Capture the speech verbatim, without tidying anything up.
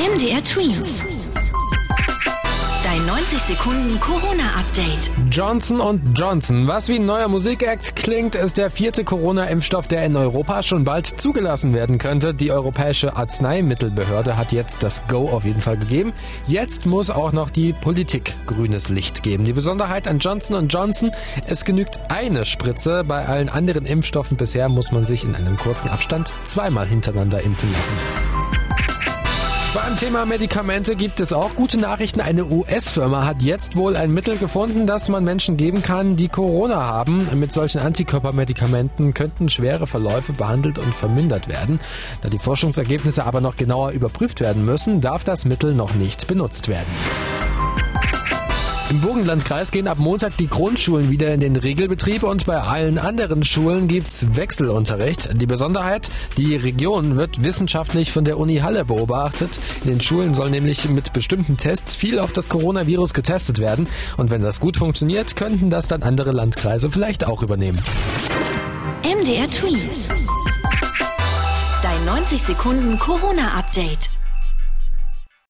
M D R Twins. Dein neunzig Sekunden Corona-Update. Johnson und Johnson. Was wie ein neuer Musikakt klingt, ist der vierte Corona-Impfstoff, der in Europa schon bald zugelassen werden könnte. Die Europäische Arzneimittelbehörde hat jetzt das Go auf jeden Fall gegeben. Jetzt muss auch noch die Politik grünes Licht geben. Die Besonderheit an Johnson und Johnson: Es genügt eine Spritze. Bei allen anderen Impfstoffen bisher muss man sich in einem kurzen Abstand zweimal hintereinander impfen lassen. Beim Thema Medikamente gibt es auch gute Nachrichten. Eine U S-Firma hat jetzt wohl ein Mittel gefunden, das man Menschen geben kann, die Corona haben. Mit solchen Antikörpermedikamenten könnten schwere Verläufe behandelt und vermindert werden. Da die Forschungsergebnisse aber noch genauer überprüft werden müssen, darf das Mittel noch nicht benutzt werden. Im Burgenlandkreis gehen ab Montag die Grundschulen wieder in den Regelbetrieb und bei allen anderen Schulen gibt's Wechselunterricht. Die Besonderheit: Die Region wird wissenschaftlich von der Uni Halle beobachtet. In den Schulen soll nämlich mit bestimmten Tests viel auf das Coronavirus getestet werden. Und wenn das gut funktioniert, könnten das dann andere Landkreise vielleicht auch übernehmen. M D R Twins. Dein neunzig Sekunden Corona-Update.